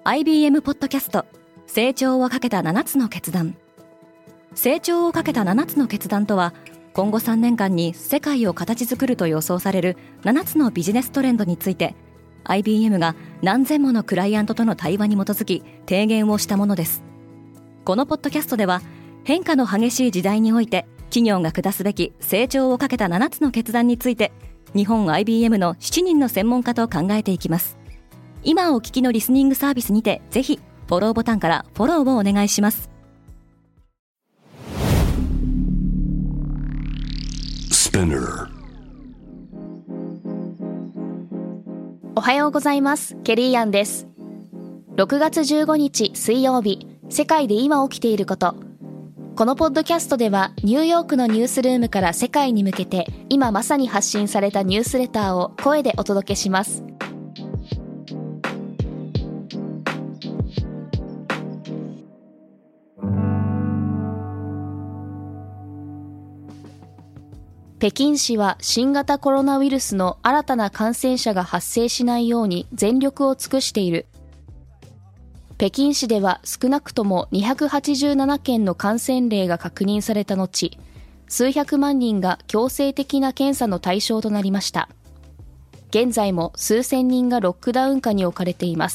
IBM ポッドキャスト成長をかけた7つの決断。成長をかけた7つの決断とは、今後3年間に世界を形作ると予想される7つのビジネストレンドについて IBM が何千ものクライアントとの対話に基づき提言をしたものです。このポッドキャストでは、変化の激しい時代において企業が下すべき成長をかけた7つの決断について、日本 IBM の7人の専門家と考えていきます。今お聞きのリスニングサービスにて、ぜひフォローボタンからフォローをお願いします。 おはようございます。ケリーアンです。6月15日水曜日、世界で今起きていること。このポッドキャストでは、ニューヨークのニュースルームから世界に向けて今まさに発信されたニュースレターを声でお届けします。北京市は新型コロナウイルスの新たな感染者が発生しないように全力を尽くしている。北京市では少なくとも287件の感染例が確認された後、数百万人が強制的な検査の対象となりました。現在も数千人がロックダウン下に置かれています。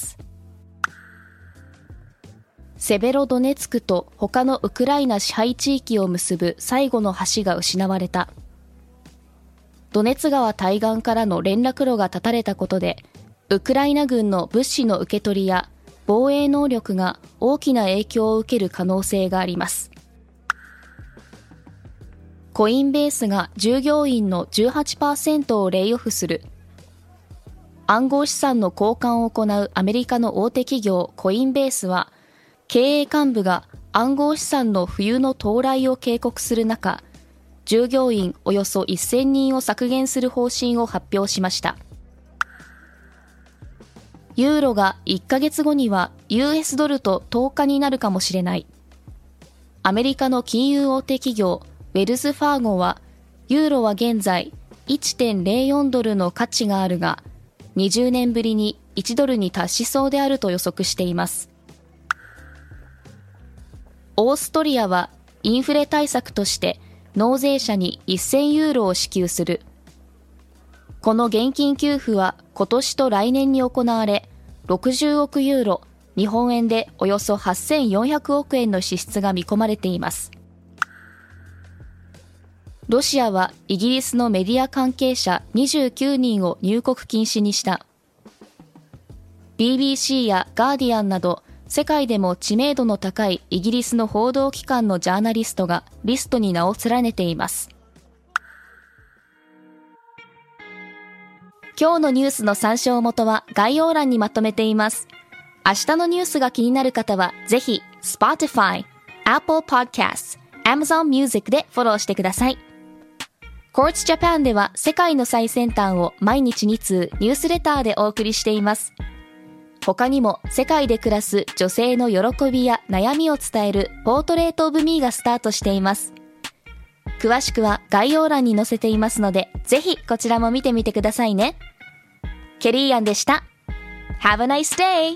セベロドネツクと他のウクライナ支配地域を結ぶ最後の橋が失われた。ドネツ川対岸からの連絡路が断たれたことで、ウクライナ軍の物資の受け取りや防衛能力が大きな影響を受ける可能性があります。コインベースが従業員の 18% をレイオフする。暗号資産の交換を行うアメリカの大手企業コインベースは、経営幹部が暗号資産の冬の到来を警告する中、従業員およそ1000人を削減する方針を発表しました。ユーロが1ヶ月後には US ドルと10日になるかもしれない。アメリカの金融大手企業ウェルズファーゴは、ユーロは現在 1.04 ドルの価値があるが、20年ぶりに1ドルに達しそうであると予測しています。オーストリアはインフレ対策として納税者に1000ユーロを支給する。この現金給付は今年と来年に行われ、60億ユーロ、日本円でおよそ8400億円の支出が見込まれています。ロシアはイギリスのメディア関係者29人を入国禁止にした。BBC やガーディアンなど、世界でも知名度の高いイギリスの報道機関のジャーナリストがリストに名を連ねています。今日のニュースの参照元は概要欄にまとめています。明日のニュースが気になる方はぜひ Spotify、Apple Podcasts、Amazon Music でフォローしてください。Quartz Japan では世界の最先端を毎日2通ニュースレターでお送りしています。他にも世界で暮らす女性の喜びや悩みを伝えるポートレートオブミーがスタートしています。詳しくは概要欄に載せていますので、ぜひこちらも見てみてくださいね。ケリーアンでした。Have a nice day!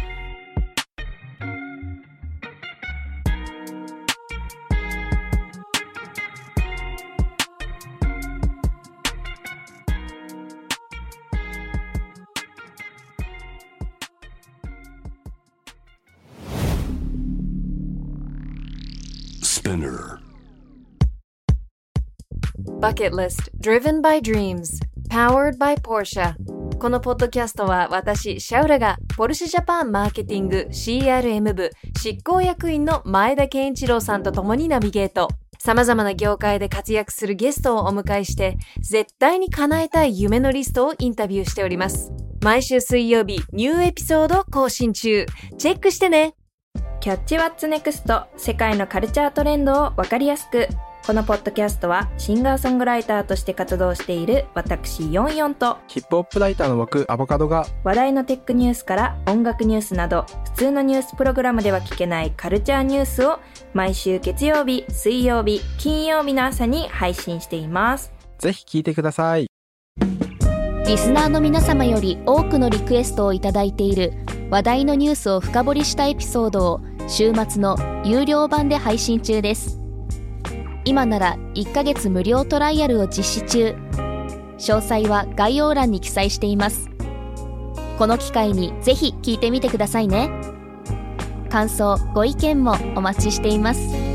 Bucket List Driven by Dreams Powered by Porsche。 このポッドキャストは私シャウラがポルシェジャパンマーケティング CRM 部執行役員の前田健一郎さんと共にナビゲート。様々な業界で活躍するゲストをお迎えして、絶対に叶えたい夢のリストをインタビューしております。毎週水曜日ニューエピソード更新中。チェックしてね。 キャッチワッツネクスト、世界のカルチャートレンドをわかりやすく。このポッドキャストはシンガーソングライターとして活動している私44とヒップホップライターの僕アボカドが話題のテックニュースから音楽ニュースなど普通のニュースプログラムでは聞けないカルチャーニュースを毎週月曜日、水曜日、金曜日の朝に配信しています。 ぜひ聞いてください。 リスナーの皆様より多くのリクエストをいただいている話題のニュースを深掘りしたエピソードを週末の有料版で配信中です。今なら1ヶ月無料トライアルを実施中。詳細は概要欄に記載しています。この機会にぜひ聞いてみてくださいね。感想、ご意見もお待ちしています。